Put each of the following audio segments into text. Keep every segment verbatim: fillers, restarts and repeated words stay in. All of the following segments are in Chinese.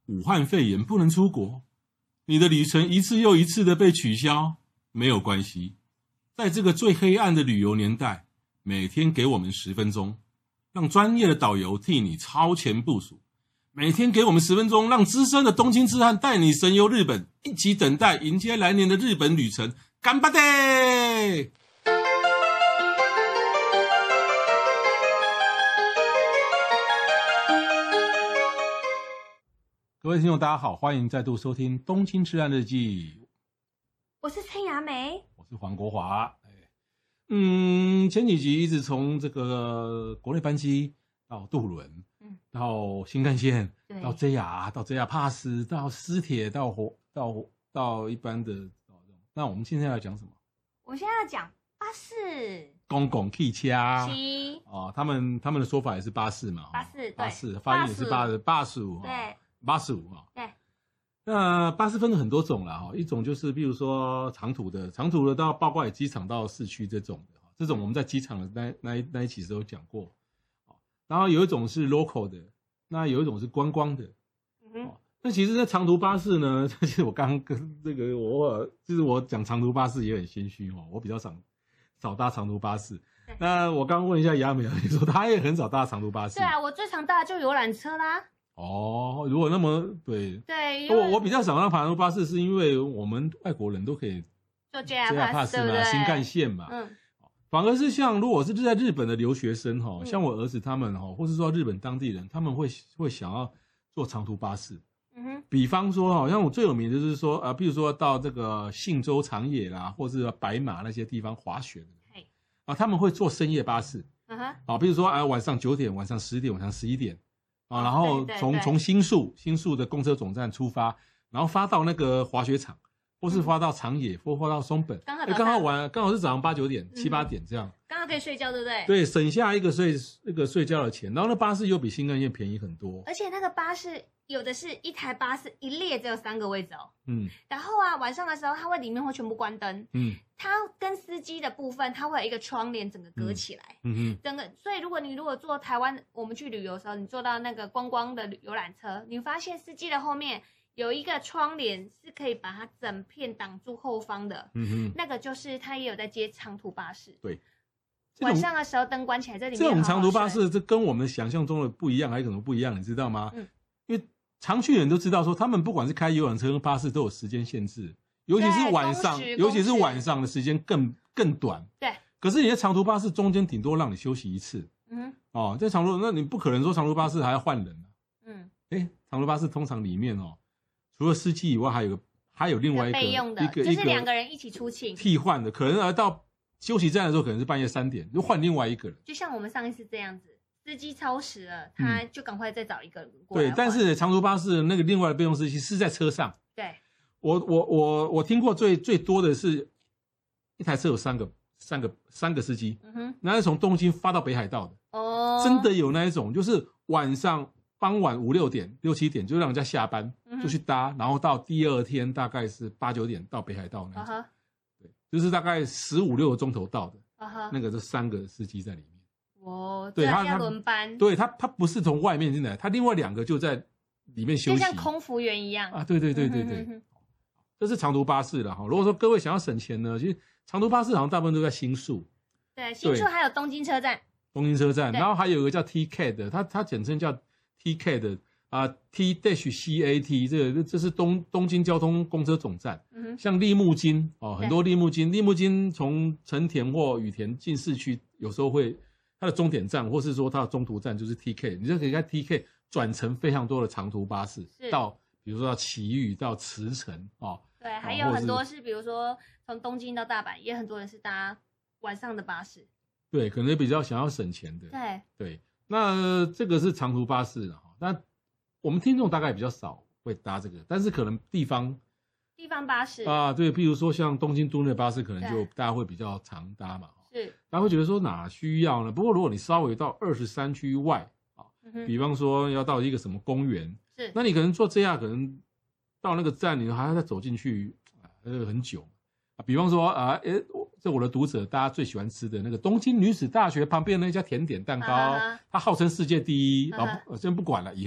武汉肺炎不能出国，你的旅程一次又一次的被取消，没有关系。在这个最黑暗的旅游年代，每天给我们十分钟，让专业的导游替你超前部署。每天给我们十分钟，让资深的东京之汉带你神游日本，一起等待迎接来年的日本旅程。干巴爹！各位听众大家好，欢迎再度收听东京之汉日记。 我是崔雅美， 我是黄国华。嗯，前几集一直从这个国内班机到渡轮，嗯，到新干线，到 J R， 到 J R Pass， 到私铁，到火，到到一般的。那我们现在要讲什么？ 我现在要讲巴士， 公共汽车。 七哦，他们他们的说法也是巴士嘛， 巴士， 巴士发音也是巴士，巴士， 对， 巴士啊， 对。 那巴士分了很多种啦，一种就是比如说长途的，长途的到包括机场到市区这种的，这种我们在机场的那那那一期时候讲过。然后有一种是 local 的，那有一种是观光的。嗯哼。那其实那长途巴士呢，其实我刚刚跟这个我就是我讲长途巴士也很心虚哦，我比较少少搭长途巴士。那我刚问一下雅美，你说她也很少搭长途巴士。 对啊，我最常搭的就游览车啦。 哦，如果那么对对， 我我比较少搭长途巴士，是因为我们外国人都可以坐 J R Pass 嘛，新干线嘛。嗯。反而是像如果是在日本的留学生哈，像我儿子他们哈，或是说日本当地人，他们会会想要坐长途巴士。嗯哼。比方说好像我最有名的就是说啊，比如说到这个信州长野啦，或是白马那些地方滑雪的。啊，他们会坐深夜巴士。嗯哼。啊，比如说啊，晚上九点、晚上十点、晚上十一点。啊，然后从从新宿新宿的公车总站出发，然后发到那个滑雪场，或是发到长野，或发到松本，刚好刚好晚，刚好是早上八九点、七八点这样， 刚好可以睡觉，对不对？ 对，省下一个睡那个睡觉的钱，然后那巴士又比新干线便宜很多， 而且那个巴士有的是一台巴士一列只有三个位置哦，嗯，然后啊晚上的时候它会里面会全部关灯，嗯。它跟司机的部分，它会有一个窗帘整个隔起来，嗯嗯，整个，所以如果你如果坐台湾，我们去旅游的时候，你坐到那个观光的游览车，你发现司机的后面有一个窗帘是可以把它整片挡住后方的，嗯哼，那个就是它也有在接长途巴士， 对， 晚上的时候灯关起来，这里面这种长途巴士，这跟我们想象中的不一样，还有什么不一样？你知道吗？嗯，因为常去人都知道说，他们不管是开游览车跟巴士都有时间限制。尤其是晚上，尤其是晚上的时间更更短。对。可是你的长途巴士中间顶多让你休息一次。嗯。哦，这长途那你不可能说长途巴士还要换人啊。嗯。哎，长途巴士通常里面哦，除了司机以外，还有个还有另外一个备用的，一个就是两个人一起出勤替换的，可能而到休息站的时候可能是半夜三点，就换另外一个人。 就像我们上一次这样子，司机超时了，他就赶快再找一个人过来。 对，但是长途巴士那个另外的备用司机是在车上。 对。 我我我我听过最最多的是，一台车有三个三个三个司机，嗯哼，那是从东京发到北海道的，哦，真的有那一种，就是晚上傍晚五六点六七点就让人家下班，嗯、就去搭，然后到第二天大概是八九点到北海道那种，uh huh. 对，就是大概十五六个钟头到的，啊哈、uh， huh. 那个是三个司机在里面， 哦，对，他要轮班， 对他他不是从外面进来，他另外两个就在里面休息， 就像空服员一样啊，对对对对对。嗯这是长途巴士了哈。如果说各位想要省钱呢，其实长途巴士好像大部分都在新宿。 对，新宿还有东京车站。 东京车站，然后还有一个叫 T C A T 的，它它简称叫 T C A T 的啊 ，T C A T 这个这是东东京交通公车总站。嗯哼。像立木金哦，很多立木金，立木金从成田或羽田进市区，有时候会它的终点站或是说它的中途站就是 T C A T， 你就可以在 T C A T 转乘非常多的长途巴士到。比如说到埼玉到茨城哦， 对，还有很多是比如说从东京到大阪，也很多人是搭晚上的巴士， 对，可能比较想要省钱的， 对对。那这个是长途巴士了哈，那我们听众大概比较少会搭这个，但是可能地方地方巴士啊，对，譬如说像东京都内巴士，可能就大家会比较常搭嘛， 是， 大家会觉得说哪需要呢？不过如果你稍微到二十三区外啊，嗯、比方说要到一个什么公园。是，那你可能坐 J R 可能到那个站，你还要再走进去，呃，很久啊。比方说啊，诶，这我的读者大家最喜欢吃的那个东京女子大学旁边那家甜点蛋糕，啊、它号称世界第一，啊、然后先不管了，以后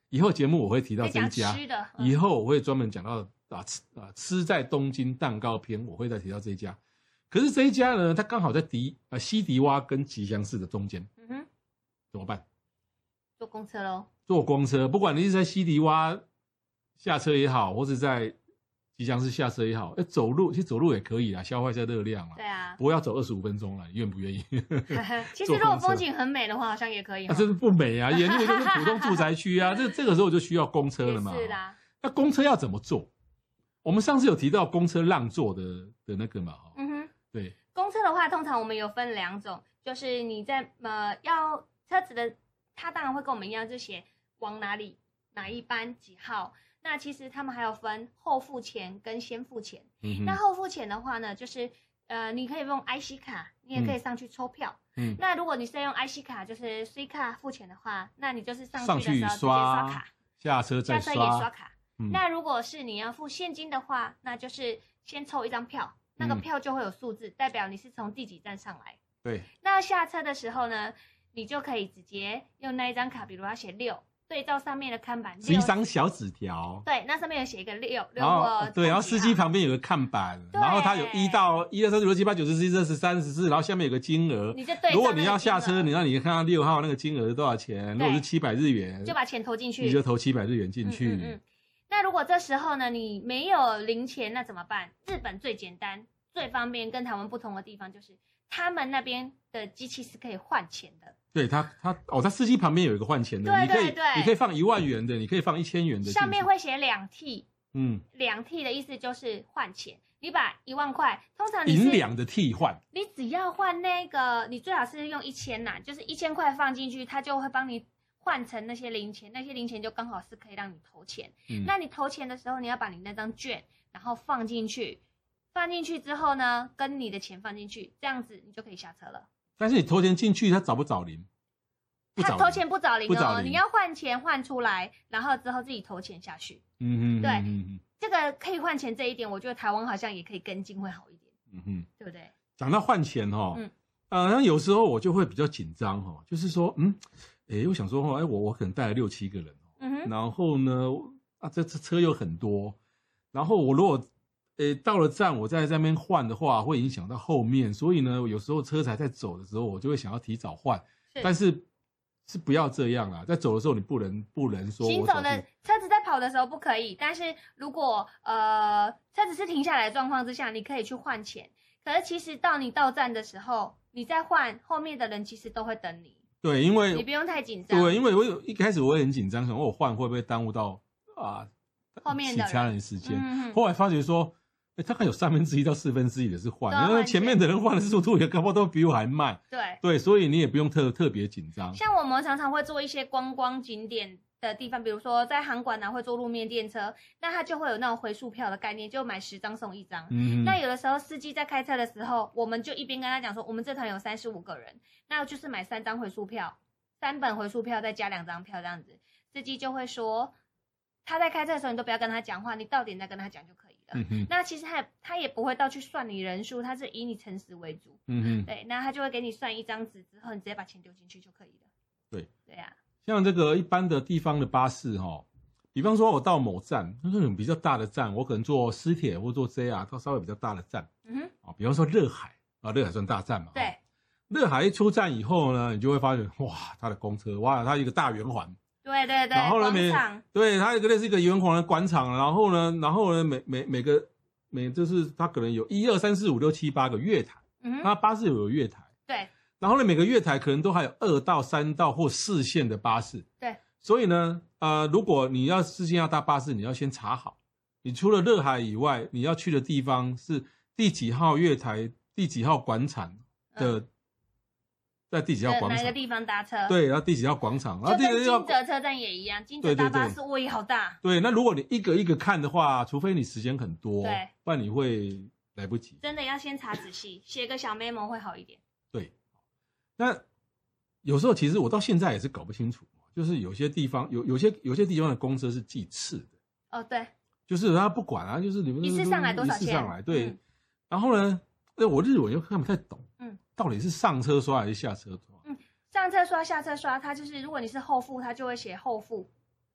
以后节目我会提到这一家， 吃的以后我会专门讲到啊吃啊吃在东京蛋糕篇，我会再提到这一家。可是这一家呢，它刚好在迪啊西迪洼跟吉祥寺的中间，嗯哼，怎么办？ 坐公车咯。 坐公车，不管你是在西迪洼下车也好，或是在吉祥寺下车也好，走路其实走路也可以啦，消化一下热量啦。 对啊， 不过要走二十五分钟啦，你愿不愿意？ 其实如果风景很美的话，好像也可以。 啊，这是不美啊，沿路就是普通住宅区啊，这这个时候就需要公车了嘛。 是啦。 那公车要怎么坐？我们上次有提到公车让座的的那个嘛，嗯哼，对。 公车的话，通常我们有分两种，就是你在呃要车子的，它当然会跟我们一样，就写往哪里哪一班几号。那其实他们还有分后付钱跟先付钱。嗯、那后付钱的话呢，就是呃，你可以用 I C 卡，你也可以上去抽票。嗯，那如果你是用 I C 卡，就是 C 卡付钱的话，那你就是上去的时候直接刷卡， 下车再刷， 下车也刷卡。嗯、那如果是你要付现金的话，那就是先抽一张票，那个票就会有数字，嗯、代表你是从第几站上来。 对。 那下车的时候呢，你就可以直接用那一张卡，比如要写六。对照上面的看板， 是一张小纸条。 对，那上面有写一个六， 然后对，然后司机旁边有个看板，然后它有一到一二三四五六七八九十十一十二十三十四，然后下面有个金额。 你就对。 如果你要下车，你让你看到六号那个金额是多少钱？如果是七百日元， 就把钱投进去， 你就投七百日元进去。 嗯嗯嗯。那如果这时候呢，你没有零钱，那怎么办？日本最简单、最方便，跟台湾不同的地方就是，他们那边的机器是可以换钱的。 对他，他哦，他司机旁边有一个换钱的， 对对对， 你可以，你可以放一万元的，你可以放一千元的， 上面会写两 T， 嗯，两 T 的意思就是换钱，你把一万块，通常你是银两的替换， 你只要换那个，你最好是用一千呐，就是一千块放进去，它就会帮你换成那些零钱，那些零钱就刚好是可以让你投钱。嗯，那你投钱的时候，你要把你那张券，然后放进去，放进去之后呢，跟你的钱放进去，这样子你就可以下车了。 但是你投钱进去，他找不找零？ 他投钱不找零哦，你要换钱换出来，然后之后自己投钱下去。嗯嗯，对，嗯这个可以换钱这一点，我觉得台湾好像也可以跟进，会好一点。嗯哼，对不对？ 讲到换钱哦，嗯，呃，那有时候我就会比较紧张哦，就是说，嗯，哎，我想说哦，哎，我我可能带了六七个人，嗯哼，然后呢，啊，这这车又很多，然后我如果诶，到了站，我在这边换的话，会影响到后面，所以呢，有时候车才在走的时候，我就会想要提早换，但是是不要这样啦，在走的时候你不能不能说行走的车子在跑的时候不可以，但是如果呃车子是停下来的状况之下，你可以去换钱。可是其实到你到站的时候，你再换，后面的人其实都会等你。 对，因为你不用太紧张。 对，因为我有一开始我也很紧张，想我换会不会耽误到啊后面的其他人的时间。嗯、后来发觉说。大概有三分之一到四分之一的是换，因为前面的人换的速度也搞不好都比我还慢。 对对，所以你也不用特特别紧张。 像我们常常会做一些观光景点的地方，比如说在航馆啊会坐路面电车，那它就会有那种回数票的概念，就买十张送一张。嗯，那有的时候司机在开车的时候，我们就一边跟他讲说，我们这团有三十五个人，那就是买三张回数票，三本回数票再加两张票这样子，司机就会说。他在开车的时候，你都不要跟他讲话，你到点再跟他讲就可以了。嗯哼，那其实他也他也不会到去算你人数，他是以你诚实为主。嗯哼，对，那他就会给你算一张纸之后，你直接把钱丢进去就可以了。 对， 对呀、啊。 像这个一般的地方的巴士哈、哦，比方说我到某站，那种比较大的站，我可能坐私铁或坐 J R， 它稍微比较大的站。嗯哼，啊，比方说热海啊，热海算大站嘛。 对， 热海一出站以后呢，你就会发现哇，它的公车哇，它一个大圆环。 对对对， 然后呢， 每对它有个类似一个圆环的广场，然后呢，然后呢，每每每个每就是它可能有一二三四五六七八个月台，嗯，那巴士有月台， 对， 然后呢，每个月台可能都还有二到三到或四线的巴士， 对， 所以呢，呃，如果你要事先要搭巴士，你要先查好，你除了热海以外，你要去的地方是第几号月台、第几号广场的。嗯在第几号广场？ 哪个地方搭车？ 对，然后第几号广场？ 就跟金泽车站也一样，金泽大巴士位好大。 对，那如果你一个一个看的话，除非你时间很多， 对， 不然你会来不及。 真的要先查仔细，写个小 memo 会好一点。 对，那有时候其实我到现在也是搞不清楚，就是有些地方有有些有些地方的公车是计次的。 哦，对， 就是他不管啊，就是你们一次上来多少钱？ 一次上来，对。嗯、然后呢，哎，我日文又看不太懂。嗯。到底是上车刷还是下车刷？ 嗯，上车刷、下车刷，它就是如果你是后付，它就会写后付。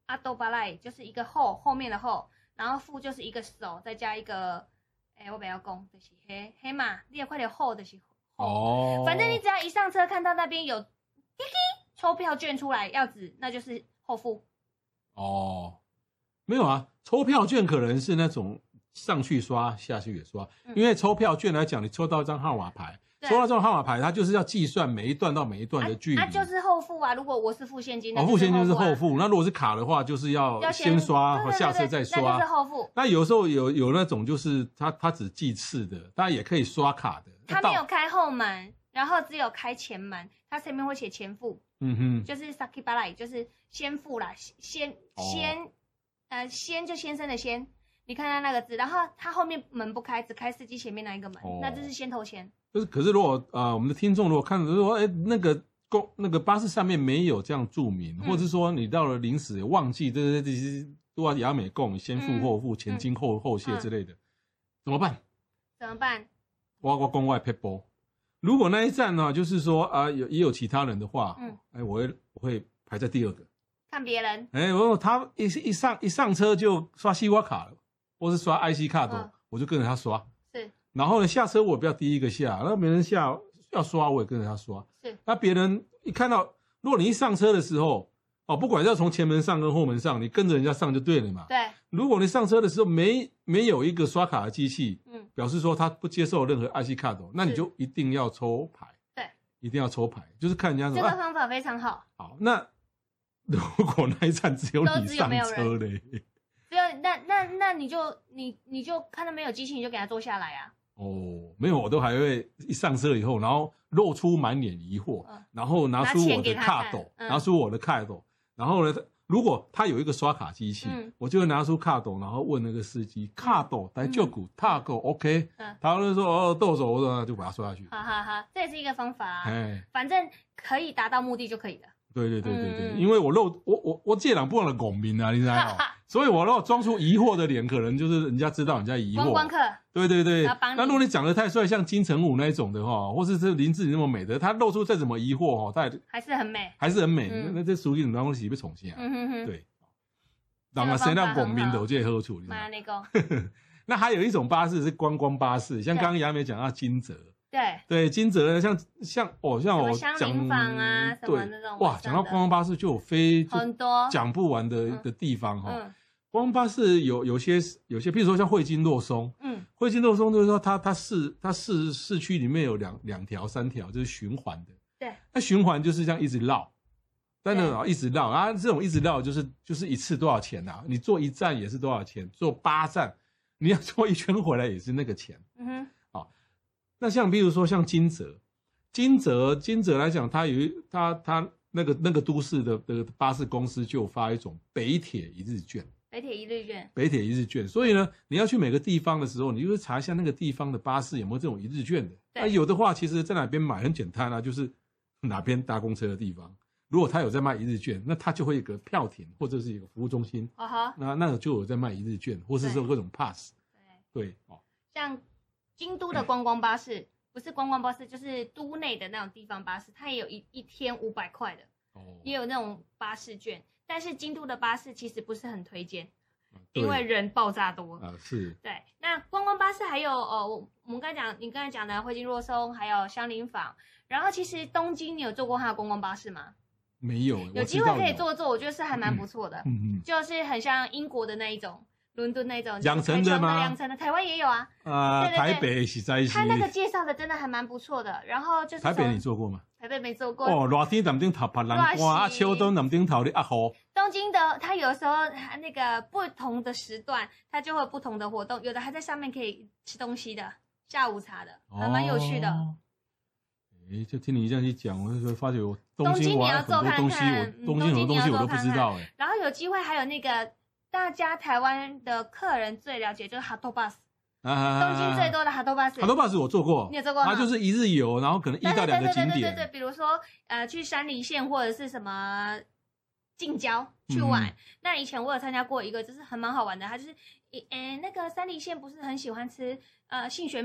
阿多巴赖就是一个后后面的后，然后副就是一个手，再加一个，哎、欸，我不要讲，就是黑黑嘛，你也快点后就是后。哦。反正你只要一上车看到那边有滴滴钞票券出来要纸，那就是后付。哦， 没有啊，抽票券可能是那种上去刷下去也刷，嗯、因为抽票券来讲，你抽到一张号码牌。抽到这种号码牌，它就是要计算每一段到每一段的距离。 啊，啊就是后付啊！如果我是付现金的， 哦，付现金就是后付。那如果是卡的话，就是要先刷，或下车再刷。 那就是后付。 那有时候有有那种就是它它只计次的，当然也可以刷卡的。 它没有开后门，然后只有开前门，它前面会写前付。嗯哼，就是 saki barai， 就是先付啦，先先、哦、呃先就先生的先，你看它那个字，然后它后面门不开，只开司机前面那一个门，哦、那就是先投钱。 就是，可是如果啊、呃，我们的听众如果看到说，哎，那个公那个巴士上面没有这样注明，嗯、或者是说你到了临时忘记这些这些都要亚美共先付后付、嗯、前金后后谢之类的，嗯、怎么办？ 怎么办？ 我我公外撇波。如果那一站呢，就是说啊、呃，有也有其他人的话，嗯，哎，我会我会排在第二个， 看别人。 哎，我他一一上一上车就刷西瓜卡了，或是刷 I C 卡的，嗯、我就跟着他刷。 是。 然后呢，下车我不要第一个下，那别人下要刷，我也跟着他刷。 是， 那别人一看到，如果你一上车的时候，哦，不管是要从前门上跟后门上，你跟着人家上就对了嘛。 对。 如果你上车的时候没没有一个刷卡的机器，嗯，表示说他不接受任何 I C 卡的，那你就一定要抽牌。 对， 一定要抽牌，就是看人家说。 这个方法非常好。 啊、好，那如果那一站只有你上车嘞， 只有那那那你就你你就看到没有机器，你就给他坐下来啊。 哦，没有，我都还会一上车以后，然后露出满脸疑惑，嗯、然后拿出我的卡斗，嗯、拿出我的卡斗，然后呢，如果他有一个刷卡机器，嗯、我就会拿出卡斗，然后问那个司机，卡斗来就股，踏够 OK，嗯、他就说哦豆手，我就把它刷下去。 好好好，这也是一个方法啊，哎，反正可以达到目的就可以了。 对对对对对，嗯、因为我漏我我我借两不忘了拱名啊，你知道吗？所以我如果装出疑惑的脸，可能就是人家知道人家疑惑。 观光客。 对对对。那如果你长得太帅，像金城武那一种的哈，或是这林志玲那么美的，他露出再怎么疑惑哈，他也还是很美， 还是很美。嗯、那这属于你当东西被宠幸啊。嗯哼哼。对。那么谁让拱名的，我就喝处理。 妈那个。 那还有一种巴士是观光巴士，像刚刚雅美讲到金泽。 对对，金泽呢，像像哦，像我讲香菱坊啊，什么那种哇，讲到观光巴士就有非很多讲不完的、嗯、的地方哈、哦。嗯、观光巴士有有些有些，譬如说像汇金洛松，嗯，汇金洛松就是说它它市它市市区里面有两两条三条，就是循环的。 对， 那循环就是这样一直绕，真的啊，一直绕啊，这种一直绕就是就是一次多少钱啊？你坐一站也是多少钱？坐八站，你要坐一圈回来也是那个钱。嗯哼。那像比如说像金泽，金泽金泽来讲，它有一它它那个那个都市的的巴士公司就发一种北铁一日券， 北铁一日券， 北铁一日券。所以呢，你要去每个地方的时候，你就会查一下那个地方的巴士有没有这种一日券的。那、啊、有的话，其实在哪边买很简单啊，就是哪边搭公车的地方，如果他有在卖一日券，那他就会有个票亭或者是一个服务中心，啊哈、uh-huh. 那那个就有在卖一日券，或是说各种 pass。对，对哦， 像。京都的观光巴士、嗯、不是观光巴士，就是都内的那种地方巴士，它也有一一天五百块的，哦，也有那种巴士券。但是京都的巴士其实不是很推荐，嗯、因为人爆炸多啊。是。 对，那观光巴士还有哦，我们刚才讲，你刚才讲的汇金洛松，还有香菱坊。然后其实东京，你有坐过它的观光巴士吗？ 没有， 有机会可以坐坐，我觉得是还蛮不错的。嗯嗯，就是很像英国的那一种。伦敦那种养成的吗？ 养成的，台湾也有啊。 啊、呃，台北是在一起。 他那个介绍的真的还蛮不错的。然后就是台北你做过吗？ 台北没做过。 哦，热天南顶头拍南瓜，啊秋冬南顶头的啊雨。 东京的它有时候那个不同的时段，它就会有不同的活动，有的还在上面可以吃东西的，下午茶的，还蛮有趣的。 哎、哦，就听你这样一讲，我就发觉我东京我很多东西，我东京很多东西我都不知道哎。 然后有机会还有那个。大家台湾的客人最了解就是哈托巴士，东京最多的哈托巴士。 哈托巴士我坐过， 你有坐过？ 它就是一日游，然后可能一到两个景点。 对对对对对，比如说呃去山梨县或者是什么近郊去玩。嗯、那以前我有参加过一个，就是还蛮好玩的，它就是诶那个山梨县不是很喜欢吃呃杏仁饼。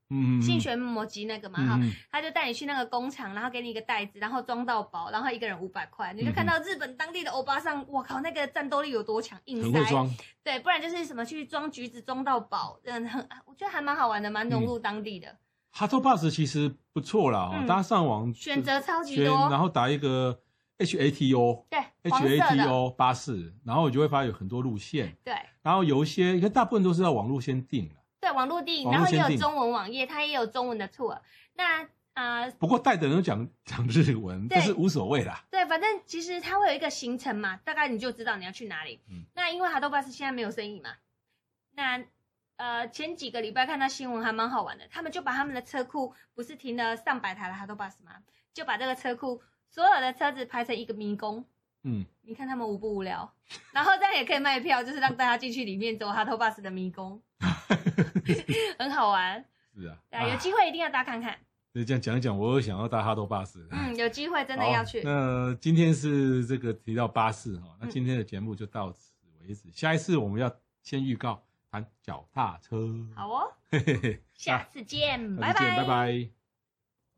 嗯，信玄摩机那个嘛哈、嗯，他就带你去那个工厂，然后给你一个袋子，然后装到饱，然后一个人五百块，你就看到日本当地的欧巴桑，我靠，那个战斗力有多强，硬塞， 很会装， 对，不然就是什么去装橘子装到饱，嗯，很，我觉得还蛮好玩的，蛮融入当地的。嗯、 哈托巴士其实不错啦，嗯、大家上网选择超级多， 然后打一个 H A T O， 对 ，H A T O 巴士，然后你就会发现有很多路线， 对， 然后有一些，因为大部分都是要网络先订的。 对，网络订，然后也有中文网页，它也有中文的 tour。那啊，呃、 不过带的人讲讲日文，这是无所谓啦。 对，反正其实它会有一个行程嘛，大概你就知道你要去哪里。嗯、那因为哈多巴士现在没有生意嘛，那呃前几个礼拜看到新闻还蛮好玩的，他们就把他们的车库不是停了上百台的哈多巴士吗？就把这个车库所有的车子排成一个迷宫。嗯，你看他们无不无聊？然后这样也可以卖票，就是让大家进去里面走哈托巴士的迷宫，很好玩。 是啊， 对啊，有机会一定要搭看看。 所以这样讲一讲，我有想要搭哈托巴士。 嗯，有机会真的要去。 那今天是这个提到巴士哈，那今天的节目就到此为止。嗯、下一次我们要先预告谈脚踏车。 好哦，下次见，拜拜，拜拜。